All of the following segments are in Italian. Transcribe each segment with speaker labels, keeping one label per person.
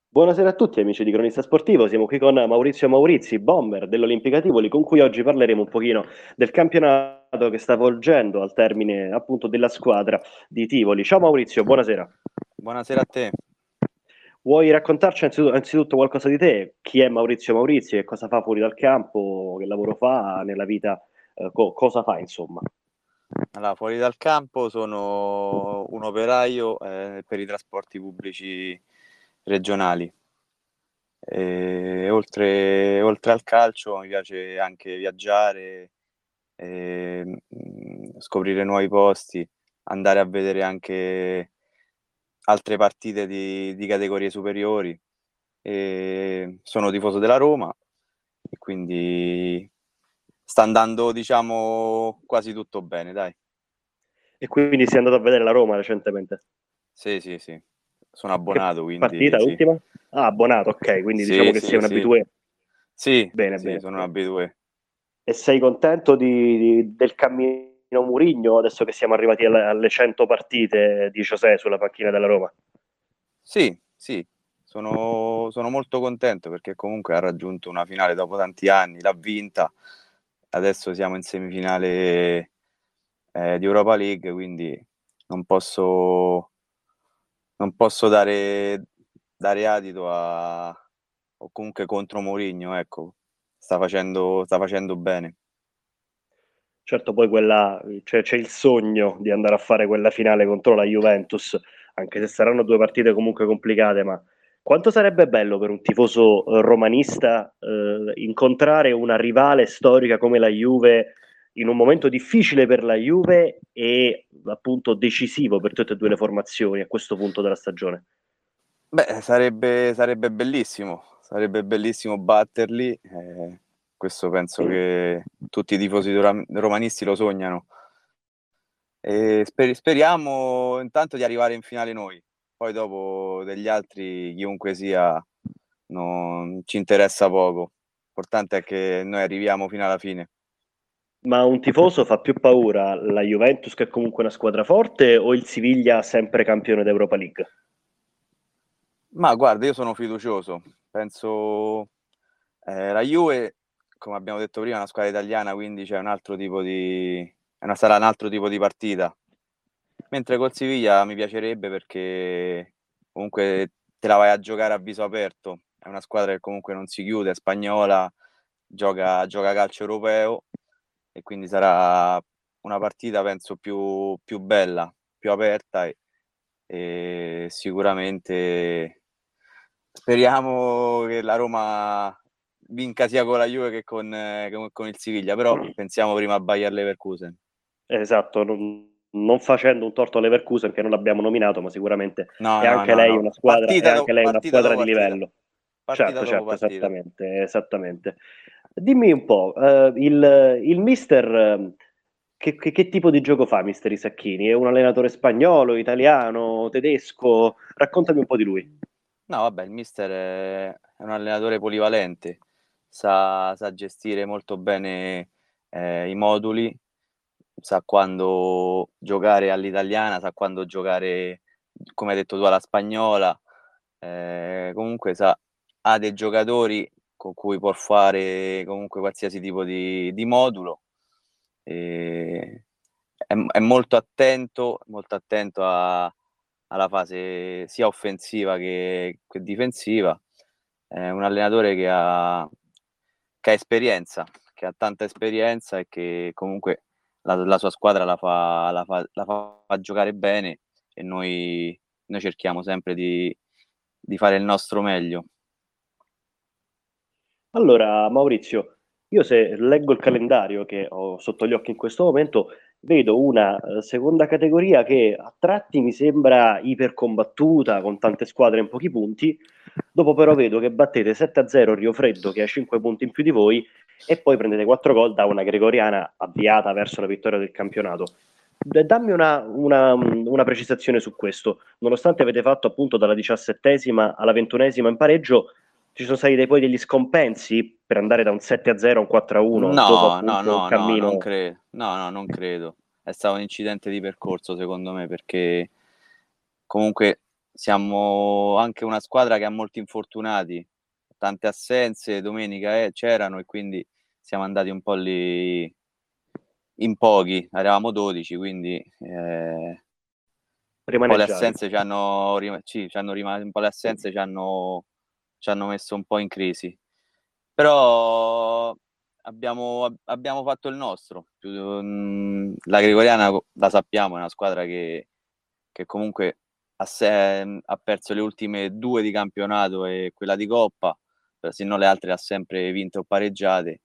Speaker 1: Buonasera a tutti amici di Cronista Sportivo, siamo qui con Maurizio Maurizi, bomber dell'Olimpika Tivoli, con cui oggi parleremo un pochino del campionato che sta volgendo al termine appunto della squadra di Tivoli. Ciao Maurizio, buonasera.
Speaker 2: Buonasera a te.
Speaker 1: Vuoi raccontarci anzitutto qualcosa di te? Chi è Maurizio Maurizi? Che cosa fa fuori dal campo? Che lavoro fa nella vita? Cosa fa insomma?
Speaker 2: Allora, fuori dal campo sono un operaio per i trasporti pubblici regionali. Oltre al calcio mi piace anche viaggiare, scoprire nuovi posti, andare a vedere anche altre partite di categorie superiori. Sono tifoso della Roma e quindi sta andando, diciamo, quasi tutto bene, dai.
Speaker 1: E quindi sei andato a vedere la Roma recentemente?
Speaker 2: Sì, sì, sì. Sono
Speaker 1: Che
Speaker 2: abbonato, quindi
Speaker 1: partita
Speaker 2: sì.
Speaker 1: ultima? Ah, abbonato, ok, quindi diciamo
Speaker 2: Sì,
Speaker 1: che sei
Speaker 2: sì,
Speaker 1: un
Speaker 2: sì.
Speaker 1: abitué.
Speaker 2: Sì,
Speaker 1: Bene,
Speaker 2: sì,
Speaker 1: bene,
Speaker 2: sono un
Speaker 1: bene.
Speaker 2: abitué.
Speaker 1: E sei contento del cammino Mourinho adesso che siamo arrivati alle 100 partite di José sulla panchina della Roma?
Speaker 2: Sì, sì, sono molto contento perché comunque ha raggiunto una finale dopo tanti anni, l'ha vinta. Adesso siamo in semifinale, di Europa League, quindi non posso non posso dare adito a o comunque contro Mourinho, ecco. Sta facendo bene.
Speaker 1: Certo, poi c'è il sogno di andare a fare quella finale contro la Juventus, anche se saranno due partite comunque complicate, ma quanto sarebbe bello per un tifoso romanista incontrare una rivale storica come la Juve in un momento difficile per la Juve e appunto decisivo per tutte e due le formazioni a questo punto della stagione.
Speaker 2: Beh, sarebbe bellissimo batterli, questo penso che tutti i tifosi romanisti lo sognano. E speriamo intanto di arrivare in finale noi, poi dopo degli altri, chiunque sia, non ci interessa poco. L'importante è che noi arriviamo fino alla fine.
Speaker 1: Ma un tifoso fa più paura la Juventus, che è comunque una squadra forte, o il Siviglia sempre campione d'Europa League?
Speaker 2: Ma guarda, io sono fiducioso. Penso, la Juve, come abbiamo detto prima, è una squadra italiana, quindi c'è un altro tipo di sarà un altro tipo di partita. Mentre col Siviglia mi piacerebbe perché comunque te la vai a giocare a viso aperto. È una squadra che comunque non si chiude, è spagnola, gioca calcio europeo e quindi sarà una partita penso più bella, più aperta e sicuramente speriamo che la Roma vinca sia con la Juve che con il Siviglia, però pensiamo prima a Bayer Leverkusen.
Speaker 1: Esatto, non facendo un torto a Leverkusen che non l'abbiamo nominato, ma sicuramente
Speaker 2: No, no, no, no.
Speaker 1: è anche lei una
Speaker 2: Partita
Speaker 1: squadra
Speaker 2: dopo
Speaker 1: di
Speaker 2: partita.
Speaker 1: livello.
Speaker 2: Partita
Speaker 1: Certo,
Speaker 2: dopo
Speaker 1: certo,
Speaker 2: partita.
Speaker 1: esattamente, esattamente. Dimmi un po', il mister, che tipo di gioco fa, mister Isacchini? È un allenatore spagnolo, italiano, tedesco? Raccontami un po' di lui.
Speaker 2: No, vabbè, il mister è un allenatore polivalente, sa gestire molto bene i moduli, sa quando giocare all'italiana, sa quando giocare, come hai detto tu, alla spagnola. Comunque ha dei giocatori con cui può fare comunque qualsiasi tipo di modulo. E è molto attento alla fase sia offensiva che difensiva. È un allenatore che ha esperienza, che ha tanta esperienza e che comunque la sua squadra la fa giocare bene e noi cerchiamo sempre di fare il nostro meglio.
Speaker 1: Allora, Maurizio, io se leggo il calendario che ho sotto gli occhi in questo momento, vedo una seconda categoria che a tratti mi sembra ipercombattuta, con tante squadre in pochi punti. Dopo però vedo che battete 7-0 Rio Freddo, che ha 5 punti in più di voi, e poi prendete 4 gol da una Gregoriana avviata verso la vittoria del campionato. Dammi una precisazione su questo. Nonostante avete fatto appunto dalla 17ª alla 21ª in pareggio, ci sono stati poi degli scompensi per andare da un 7-0 a un 4-1 dopo
Speaker 2: No, no,
Speaker 1: appunto un
Speaker 2: no, no,
Speaker 1: cammino.
Speaker 2: non credo. È stato un incidente di percorso secondo me, perché comunque siamo anche una squadra che ha molti infortunati, tante assenze, domenica c'erano, e quindi siamo andati un po' lì in pochi, eravamo 12, quindi un po' le
Speaker 1: Rimaneggiati.
Speaker 2: assenze un po' le assenze ci hanno messo un po' in crisi. Però abbiamo fatto il nostro. La Gregoriana, la sappiamo, è una squadra che comunque ha perso le ultime 2 di campionato e quella di Coppa, se no le altre ha sempre vinte o pareggiate.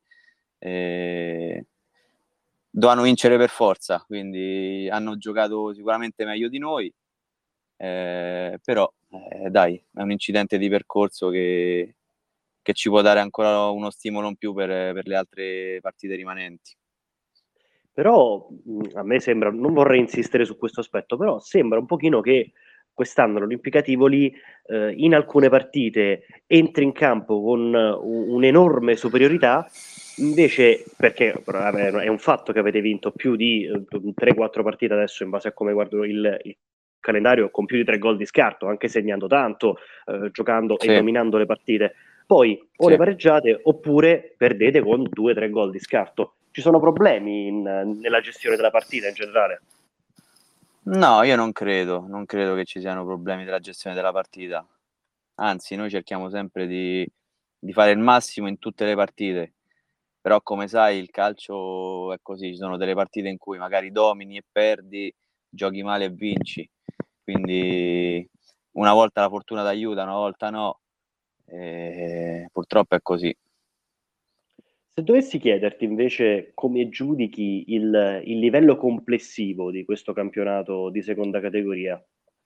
Speaker 2: Dovevano vincere per forza, quindi hanno giocato sicuramente meglio di noi, però dai, è un incidente di percorso che ci può dare ancora uno stimolo in più per le altre partite rimanenti.
Speaker 1: Però a me sembra, non vorrei insistere su questo aspetto, però sembra un pochino che quest'anno l'Olimpica Tivoli in alcune partite entri in campo con un'enorme superiorità, invece perché è un fatto che avete vinto più di 3-4 partite adesso in base a come guardo il calendario, con più di 3 gol di scarto, anche segnando tanto, giocando e
Speaker 2: Sì,
Speaker 1: dominando le partite. Poi o le
Speaker 2: sì.
Speaker 1: pareggiate oppure perdete con 2-3 gol di scarto. Ci sono problemi nella gestione della partita in generale?
Speaker 2: No, io non credo che ci siano problemi della gestione della partita. Anzi, noi cerchiamo sempre di fare il massimo in tutte le partite, però come sai il calcio è così, ci sono delle partite in cui magari domini e perdi, giochi male e vinci, quindi una volta la fortuna t'aiuta, una volta no, e purtroppo è così.
Speaker 1: Se dovessi chiederti invece come giudichi il livello complessivo di questo campionato di seconda categoria.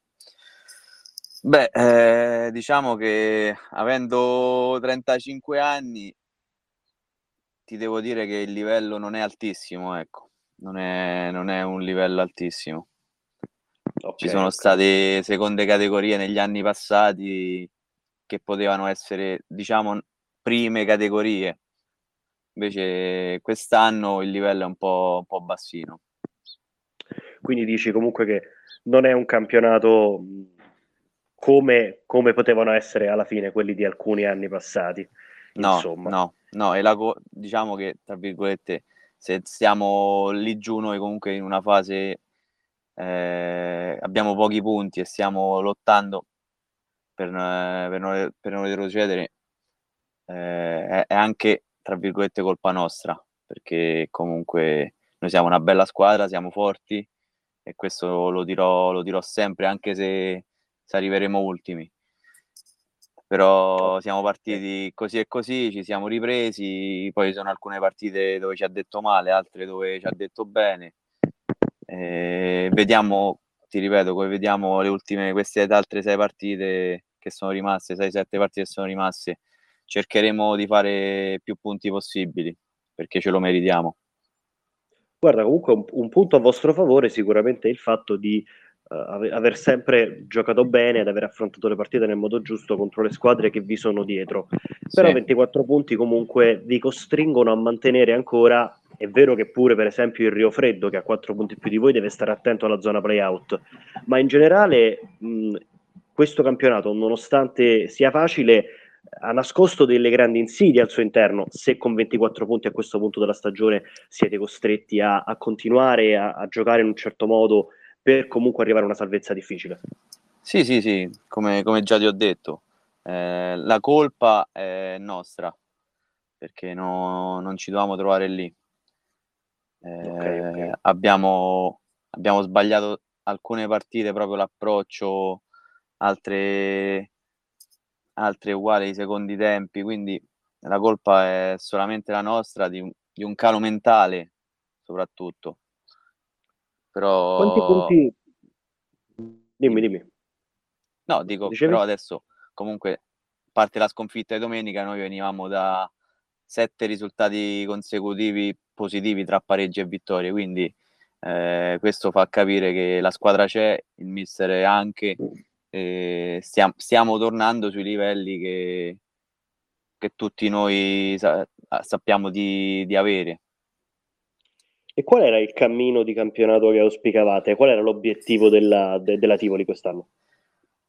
Speaker 2: Beh, diciamo che avendo 35 anni ti devo dire che il livello non è altissimo, ecco, non è un livello altissimo.
Speaker 1: Ok,
Speaker 2: Ci sono
Speaker 1: ok.
Speaker 2: state seconde categorie negli anni passati che potevano essere, diciamo, prime categorie, invece quest'anno il livello è un po' bassino.
Speaker 1: Quindi dici comunque che non è un campionato come potevano essere alla fine quelli di alcuni anni passati,
Speaker 2: No,
Speaker 1: insomma.
Speaker 2: no, no, e diciamo che, tra virgolette, se siamo lì giù noi comunque in una fase, abbiamo pochi punti e stiamo lottando per non retrocedere, è anche, tra virgolette, colpa nostra, perché comunque noi siamo una bella squadra, siamo forti e questo lo dirò sempre, anche se arriveremo ultimi. Però siamo
Speaker 1: Ok.
Speaker 2: partiti così e così, ci siamo ripresi, poi ci sono alcune partite dove ci ha detto male, altre dove ci ha detto bene. Vediamo, ti ripeto, poi vediamo le ultime, queste altre 6 partite che sono rimaste, 6-7 partite che sono rimaste, cercheremo di fare più punti possibili, perché ce lo meritiamo.
Speaker 1: Guarda, comunque un punto a vostro favore sicuramente è il fatto di aver sempre giocato bene ed aver affrontato le partite nel modo giusto contro le squadre che vi sono dietro. Però
Speaker 2: Sì,
Speaker 1: 24 punti comunque vi costringono a mantenere ancora, è vero che pure per esempio il Rio Freddo che ha 4 punti più di voi deve stare attento alla zona playout, ma in generale questo campionato, nonostante sia facile, ha nascosto delle grandi insidie al suo interno, se con 24 punti a questo punto della stagione siete costretti a continuare a giocare in un certo modo per comunque arrivare a una salvezza difficile.
Speaker 2: sì, sì, sì, come già ti ho detto, la colpa è nostra, perché non ci dovevamo trovare lì.
Speaker 1: Ok, ok.
Speaker 2: Abbiamo sbagliato alcune partite, proprio l'approccio, altre, altre uguali ai secondi tempi, quindi la colpa è solamente la nostra, di un calo mentale soprattutto.
Speaker 1: Quanti
Speaker 2: Però,
Speaker 1: punti? Dimmi,
Speaker 2: dimmi.
Speaker 1: dimmi.
Speaker 2: No, dico,
Speaker 1: Dicevi?
Speaker 2: però adesso comunque, a parte la sconfitta di domenica, noi venivamo da 7 risultati consecutivi positivi tra pareggi e vittorie, quindi questo fa capire che la squadra c'è, il mister è anche, stiamo tornando sui livelli che tutti noi sappiamo di avere.
Speaker 1: E qual era il cammino di campionato che auspicavate? Qual era l'obiettivo della Tivoli quest'anno?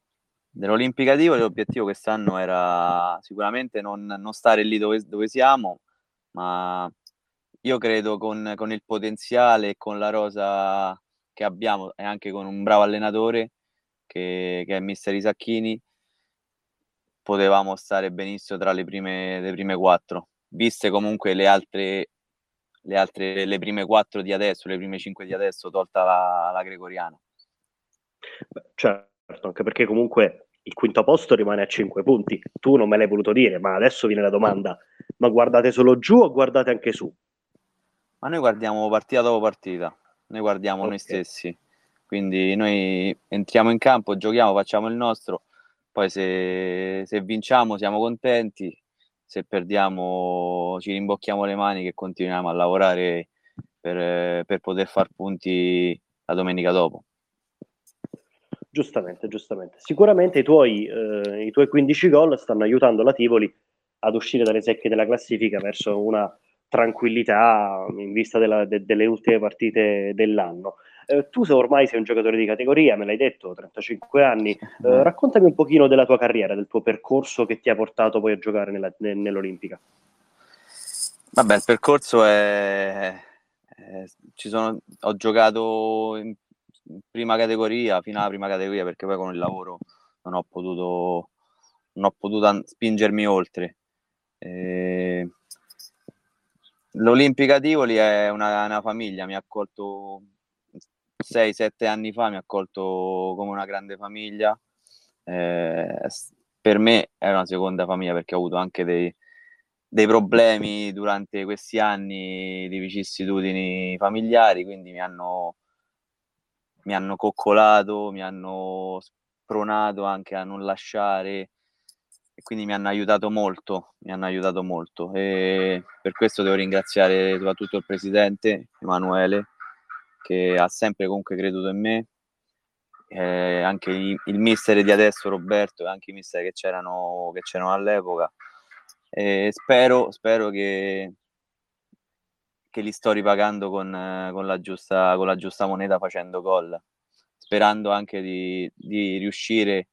Speaker 2: Dell'Olimpica Tivoli l'obiettivo quest'anno era sicuramente non stare lì dove siamo, ma io credo con il potenziale e con la rosa che abbiamo e anche con un bravo allenatore che è mister Isacchini, potevamo stare benissimo tra le prime 4, viste comunque le prime 4 di adesso, le prime 5 di adesso, tolta la Gregoriana.
Speaker 1: Beh, certo, anche perché comunque il quinto posto rimane a 5 punti. Tu non me l'hai voluto dire, ma adesso viene la domanda: ma guardate solo giù o guardate anche su?
Speaker 2: Ma noi guardiamo partita dopo partita, noi guardiamo noi
Speaker 1: Ok.
Speaker 2: stessi, quindi noi entriamo in campo, giochiamo, facciamo il nostro, poi se vinciamo siamo contenti, se perdiamo ci rimbocchiamo le maniche e continuiamo a lavorare per poter far punti la domenica dopo.
Speaker 1: Giustamente, giustamente. Sicuramente i tuoi 15 gol stanno aiutando la Tivoli ad uscire dalle secche della classifica verso una tranquillità in vista delle ultime partite dell'anno. Tu ormai sei un giocatore di categoria, me l'hai detto, 35 anni. Raccontami un pochino della tua carriera, del tuo percorso che ti ha portato poi a giocare nell'Olimpica.
Speaker 2: Vabbè, il percorso ho giocato in prima categoria, fino alla prima categoria, perché poi con il lavoro non ho potuto spingermi oltre. L'Olimpica Tivoli è una famiglia, mi ha accolto 6-7 anni fa, mi ha accolto come una grande famiglia. Per me è una seconda famiglia perché ho avuto anche dei problemi durante questi anni di vicissitudini familiari, quindi mi hanno coccolato, mi hanno spronato anche a non lasciare e quindi mi hanno aiutato molto, e per questo devo ringraziare soprattutto il presidente Emanuele che ha sempre comunque creduto in me, anche il mister di adesso Roberto e anche i mister che c'erano all'epoca, e spero che li sto ripagando con la giusta moneta facendo gol, sperando anche di riuscire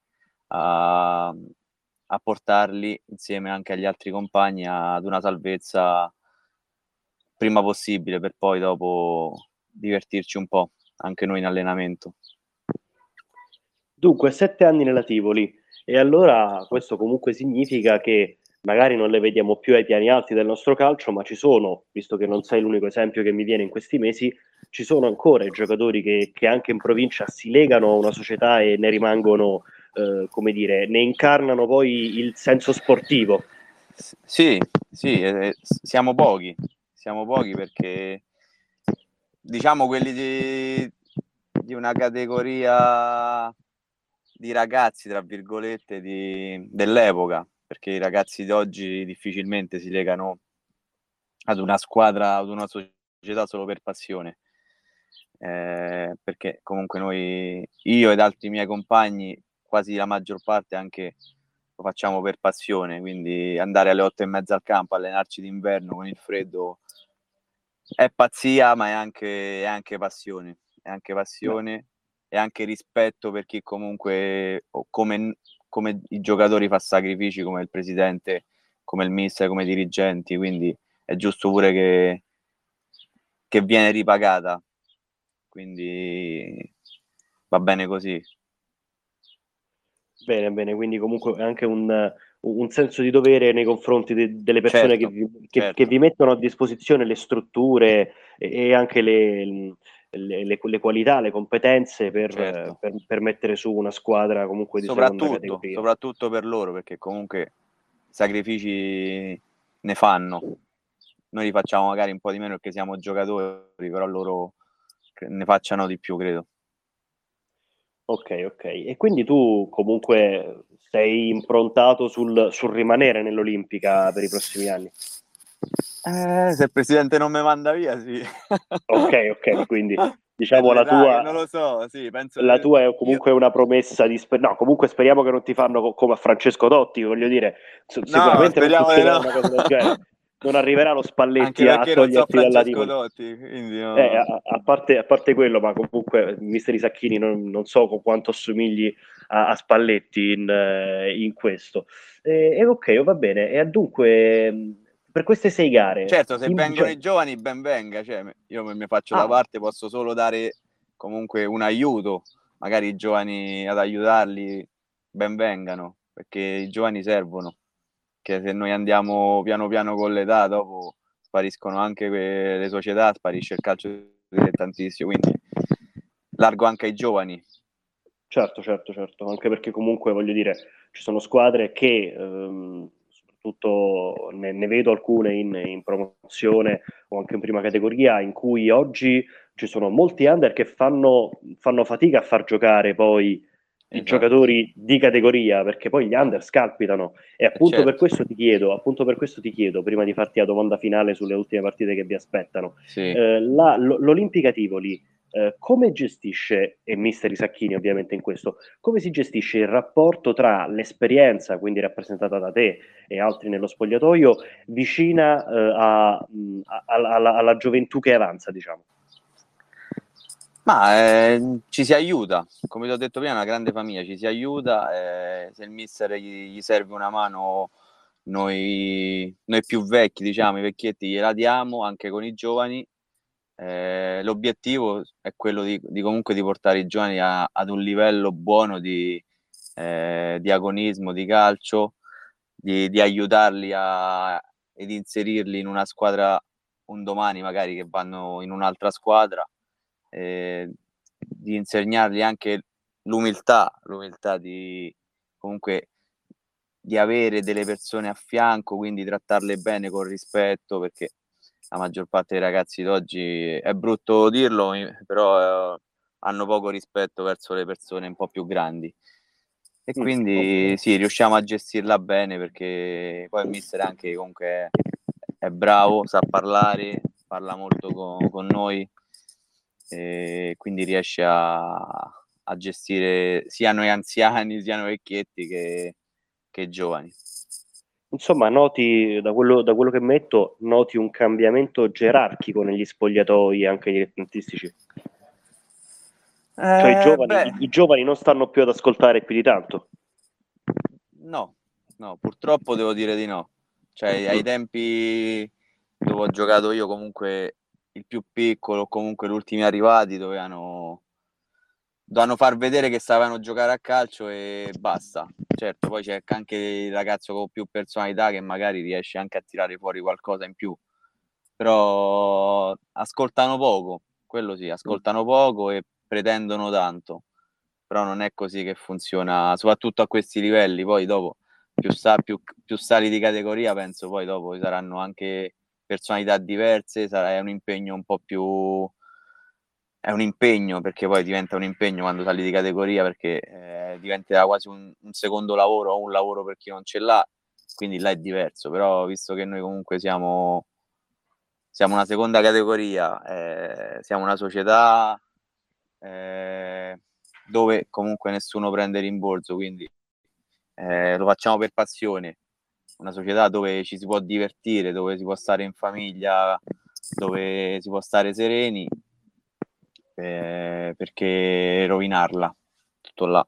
Speaker 2: a portarli insieme anche agli altri compagni ad una salvezza prima possibile per poi dopo divertirci un po' anche noi in allenamento.
Speaker 1: Dunque, 7 anni nella Tivoli, e allora questo comunque significa che magari non le vediamo più ai piani alti del nostro calcio, ma ci sono, visto che non sei l'unico esempio che mi viene in questi mesi, ci sono ancora i giocatori che anche in provincia si legano a una società e ne rimangono, come dire, ne incarnano poi il senso sportivo.
Speaker 2: Sì, sì, siamo pochi perché diciamo quelli di una categoria di ragazzi, tra virgolette, dell'epoca, perché i ragazzi di oggi difficilmente si legano ad una squadra, ad una società solo per passione. Perché comunque io ed altri miei compagni, quasi la maggior parte anche lo facciamo per passione, quindi andare alle 8:30 al campo, allenarci d'inverno con il freddo è pazzia, ma è anche passione, è anche
Speaker 1: Beh,
Speaker 2: passione e anche rispetto per chi comunque, come i giocatori fa sacrifici, come il presidente, come il mister, come i dirigenti, quindi è giusto pure che viene ripagata, quindi va bene così.
Speaker 1: bene, bene, quindi comunque è anche un senso di dovere nei confronti delle persone
Speaker 2: Certo,
Speaker 1: che
Speaker 2: certo,
Speaker 1: vi mettono a disposizione le strutture e anche le qualità, le competenze
Speaker 2: certo.
Speaker 1: per mettere su una squadra comunque di seconda
Speaker 2: Soprattutto,
Speaker 1: categoria.
Speaker 2: soprattutto per loro, perché comunque sacrifici ne fanno. Noi li facciamo magari un po' di meno perché siamo giocatori, però loro ne facciano di più, credo.
Speaker 1: Ok, ok. E quindi tu comunque sei improntato sul rimanere nell'Olimpica per i prossimi anni.
Speaker 2: Se il presidente non mi manda via, sì.
Speaker 1: Ok, ok, quindi
Speaker 2: Per
Speaker 1: diciamo
Speaker 2: le raghe, non lo so, sì, penso
Speaker 1: la tua è
Speaker 2: io
Speaker 1: comunque una promessa no, comunque speriamo che non ti fanno come a Francesco Totti, voglio dire,
Speaker 2: no,
Speaker 1: sicuramente non
Speaker 2: speriamo di
Speaker 1: succederà
Speaker 2: no.
Speaker 1: una cosa del genere. Non arriverà lo
Speaker 2: Anche
Speaker 1: Spalletti a
Speaker 2: perché non so
Speaker 1: toglierti dalla
Speaker 2: Francesco
Speaker 1: Tivoli.
Speaker 2: Totti, quindi no.
Speaker 1: A parte quello, ma comunque mister Isacchini non so con quanto assomigli a Spalletti in questo. Ok, va bene. E dunque, per queste 6 gare,
Speaker 2: Certo, se vengono i giovani ben venga, cioè, io mi faccio da parte, posso solo dare comunque un aiuto, magari i giovani ad aiutarli ben vengano, perché i giovani servono, che se noi andiamo piano piano con l'età dopo spariscono anche le società, sparisce il calcio dilettantissimo, quindi largo anche ai giovani.
Speaker 1: Certo, anche perché comunque voglio dire, ci sono squadre che soprattutto ne vedo alcune in promozione o anche in prima categoria in cui oggi ci sono molti under che fanno fatica a far giocare poi i
Speaker 2: Esatto.
Speaker 1: giocatori di categoria, perché poi gli under scalpitano e appunto per
Speaker 2: Certo.
Speaker 1: questo ti chiedo, prima di farti la domanda finale sulle ultime partite che vi aspettano,
Speaker 2: Sì.
Speaker 1: l'Olimpica Tivoli come gestisce, e mister Isacchini ovviamente in questo, come si gestisce il rapporto tra l'esperienza, quindi rappresentata da te e altri nello spogliatoio, vicina alla gioventù che avanza, diciamo?
Speaker 2: Ma ci si aiuta, come ti ho detto prima, è una grande famiglia, ci si aiuta, se il mister gli serve una mano, noi più vecchi, diciamo, i vecchietti gliela diamo, anche con i giovani. L'obiettivo è quello di comunque di portare i giovani ad un livello buono di agonismo, di calcio, di aiutarli ed inserirli in una squadra un domani magari che vanno in un'altra squadra, di insegnargli anche l'umiltà di comunque di avere delle persone a fianco, quindi trattarle bene con rispetto, perché la maggior parte dei ragazzi d'oggi, è brutto dirlo, però hanno poco rispetto verso le persone un po' più grandi. E quindi sì, riusciamo a gestirla bene, perché poi il mister anche comunque è bravo, sa parlare, parla molto con noi, e quindi riesce a gestire sia noi anziani, sia noi vecchietti che giovani.
Speaker 1: Insomma, noti da quello che metto, noti un cambiamento gerarchico negli spogliatoi anche dilettantistici. Cioè i giovani non stanno più ad ascoltare più di tanto.
Speaker 2: No, purtroppo devo dire di no. Cioè, ai tempi dove ho giocato io, comunque il più piccolo, comunque gli ultimi arrivati, dovevano far vedere che sapevano giocare a calcio e basta. Certo, poi c'è anche il ragazzo con più personalità che magari riesce anche a tirare fuori qualcosa in più, però ascoltano poco, quello sì, ascoltano poco e pretendono tanto, però non è così che funziona, soprattutto a questi livelli. Poi dopo più sali di categoria, penso poi dopo ci saranno anche personalità diverse, sarà un impegno un po' più, è un impegno, perché poi diventa un impegno quando sali di categoria, perché diventerà quasi un secondo lavoro o un lavoro per chi non ce l'ha, quindi là è diverso. Però visto che noi comunque siamo una seconda categoria, siamo una società dove comunque nessuno prende rimborso, quindi lo facciamo per passione, una società dove ci si può divertire, dove si può stare in famiglia, dove si può stare sereni, perché rovinarla, tutto là.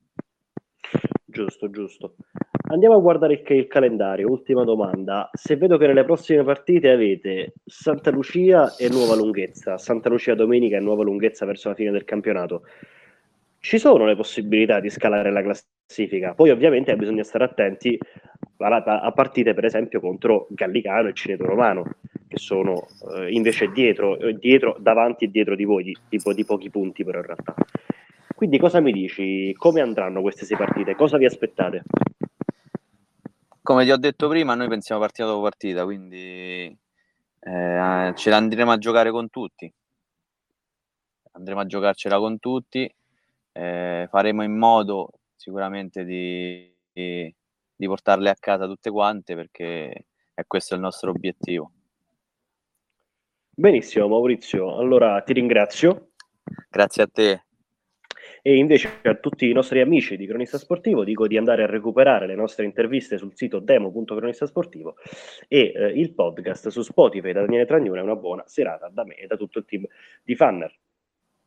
Speaker 1: Giusto. Andiamo a guardare il calendario. Ultima domanda. Se vedo che nelle prossime partite avete Santa Lucia e Nuova Lunghezza, Santa Lucia domenica e Nuova Lunghezza verso la fine del campionato, ci sono le possibilità di scalare la classifica? Poi ovviamente bisogna stare attenti a partite per esempio contro Gallicano e Cineto Romano, che sono invece dietro, davanti e dietro di voi, di pochi punti però in realtà. Quindi cosa mi dici? Come andranno queste 6 partite? Cosa vi aspettate?
Speaker 2: Come ti ho detto prima, noi pensiamo partita dopo partita, quindi ce la andremo a giocare con tutti. Andremo a giocarcela con tutti, faremo in modo sicuramente di portarle a casa tutte quante, perché è questo il nostro obiettivo.
Speaker 1: Benissimo Maurizio, allora ti ringrazio.
Speaker 2: Grazie a te.
Speaker 1: E invece a tutti i nostri amici di Cronista Sportivo dico di andare a recuperare le nostre interviste sul sito demo.cronistasportivo e il podcast su Spotify da Daniele Tragnone. Una buona serata da me e da tutto il team di Fanner.